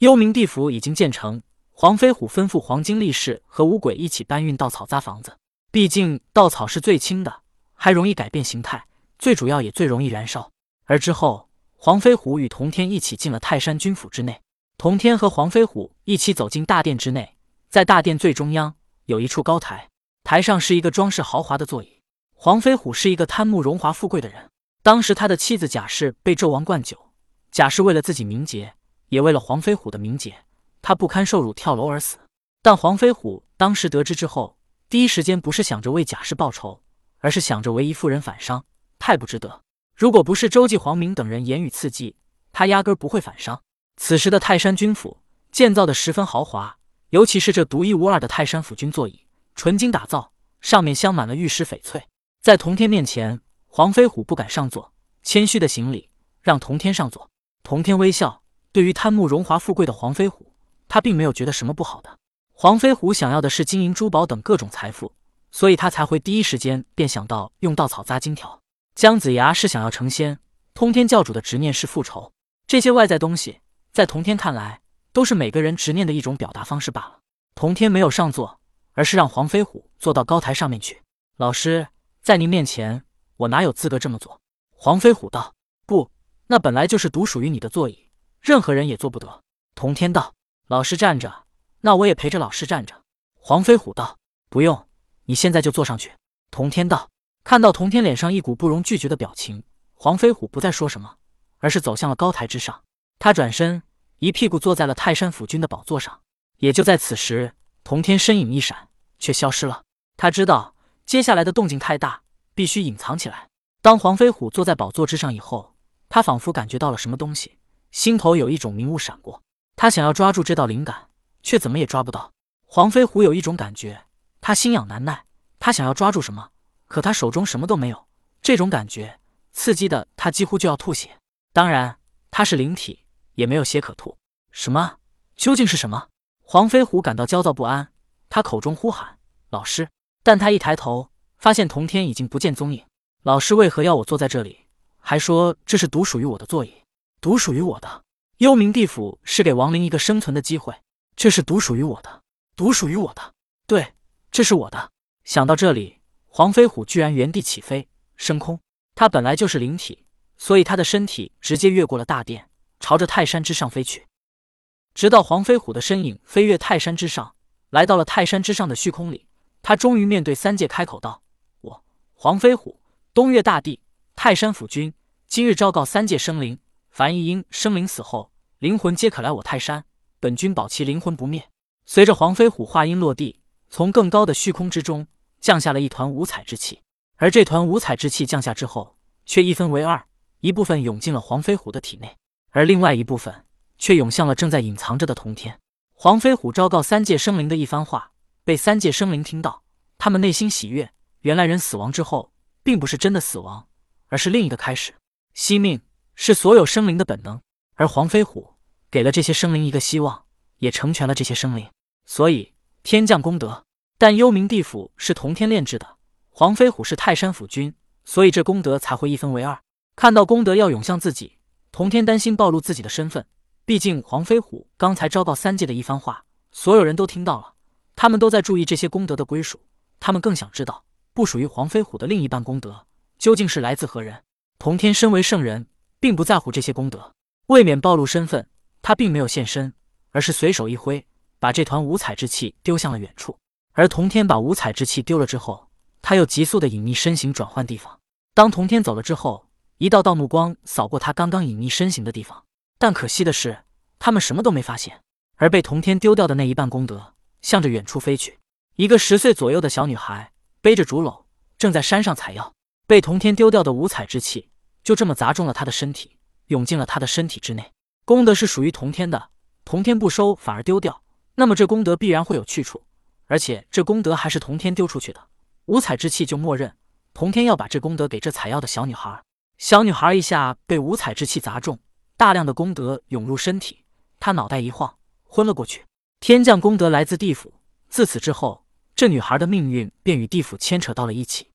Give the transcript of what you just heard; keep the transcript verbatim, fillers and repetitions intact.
幽冥地府已经建成，黄飞虎吩咐黄金力士和五鬼一起搬运稻草扎房子。毕竟稻草是最轻的，还容易改变形态，最主要也最容易燃烧。而之后，黄飞虎与童天一起进了泰山军府之内。童天和黄飞虎一起走进大殿之内，在大殿最中央有一处高台，台上是一个装饰豪华的座椅。黄飞虎是一个贪慕荣华富贵的人，当时他的妻子贾氏被纣王灌酒，贾氏为了自己名节，也为了黄飞虎的名节，他不堪受辱跳楼而死。但黄飞虎当时得知之后，第一时间不是想着为贾氏报仇，而是想着为一妇人反伤，太不值得。如果不是周忌、黄明等人言语刺激，他压根不会反伤。此时的泰山军府建造的十分豪华，尤其是这独一无二的泰山府君座椅，纯金打造，上面镶满了玉石翡翠。在童天面前，黄飞虎不敢上座，谦虚的行礼，让童天上座。童天微笑，对于贪慕荣华富贵的黄飞虎，他并没有觉得什么不好的。黄飞虎想要的是金银珠宝等各种财富，所以他才会第一时间便想到用稻草扎金条。姜子牙是想要成仙，通天教主的执念是复仇，这些外在东西在童天看来都是每个人执念的一种表达方式罢了。童天没有上座，而是让黄飞虎坐到高台上面去。老师，在您面前，我哪有资格这么做？黄飞虎道：不，那本来就是独属于你的座椅，任何人也坐不得。童天道：老师站着，那我也陪着老师站着。黄飞虎道：不用，你现在就坐上去。童天道。看到童天脸上一股不容拒绝的表情，黄飞虎不再说什么，而是走向了高台之上。他转身一屁股坐在了泰山府君的宝座上。也就在此时，童天身影一闪，却消失了。他知道接下来的动静太大，必须隐藏起来。当黄飞虎坐在宝座之上以后，他仿佛感觉到了什么东西，心头有一种明雾闪过。他想要抓住这道灵感，却怎么也抓不到。黄飞虎有一种感觉，他心痒难耐，他想要抓住什么，可他手中什么都没有。这种感觉刺激的他几乎就要吐血。当然，他是灵体，也没有血可吐。什么？究竟是什么？黄飞虎感到焦躁不安，他口中呼喊老师，但他一抬头，发现童天已经不见踪影。老师为何要我坐在这里？还说这是独属于我的座椅，独属于我的。幽冥地府是给亡灵一个生存的机会，这是独属于我的，独属于我的。对，这是我的。想到这里，黄飞虎居然原地起飞升空。他本来就是灵体，所以他的身体直接越过了大殿，朝着泰山之上飞去。直到黄飞虎的身影飞越泰山之上，来到了泰山之上的虚空里，他终于面对三界开口道：我黄飞虎，东岳大帝，泰山府君，今日昭告三界生灵，凡一因生灵死后，灵魂皆可来我泰山，本君保其灵魂不灭。随着黄飞虎话音落地，从更高的虚空之中降下了一团五彩之气。而这团五彩之气降下之后，却一分为二，一部分涌进了黄飞虎的体内，而另外一部分却涌向了正在隐藏着的童天。黄飞虎昭告三界生灵的一番话，被三界生灵听到，他们内心喜悦。原来人死亡之后，并不是真的死亡，而是另一个开始。惜命是所有生灵的本能，而黄飞虎给了这些生灵一个希望，也成全了这些生灵。所以天降功德，但幽冥地府是童天炼制的，黄飞虎是泰山府君，所以这功德才会一分为二。看到功德要涌向自己，童天担心暴露自己的身份，毕竟黄飞虎刚才昭告三界的一番话，所有人都听到了，他们都在注意这些功德的归属，他们更想知道不属于黄飞虎的另一半功德究竟是来自何人。童天身为圣人，并不在乎这些功德，为免暴露身份，他并没有现身，而是随手一挥，把这团五彩之气丢向了远处。而童天把五彩之气丢了之后，他又急速的隐匿身形，转换地方。当童天走了之后，一道道目光扫过他刚刚隐匿身形的地方，但可惜的是，他们什么都没发现。而被童天丢掉的那一半功德向着远处飞去。一个十岁左右的小女孩背着竹篓，正在山上采药。被童天丢掉的五彩之气就这么砸中了她的身体，涌进了她的身体之内。功德是属于童天的，童天不收反而丢掉，那么这功德必然会有去处，而且这功德还是童天丢出去的。五彩之气就默认童天要把这功德给这采药的小女孩。小女孩一下被五彩之气砸中，大量的功德涌入身体，她脑袋一晃，昏了过去。天降功德来自地府，自此之后，这女孩的命运便与地府牵扯到了一起。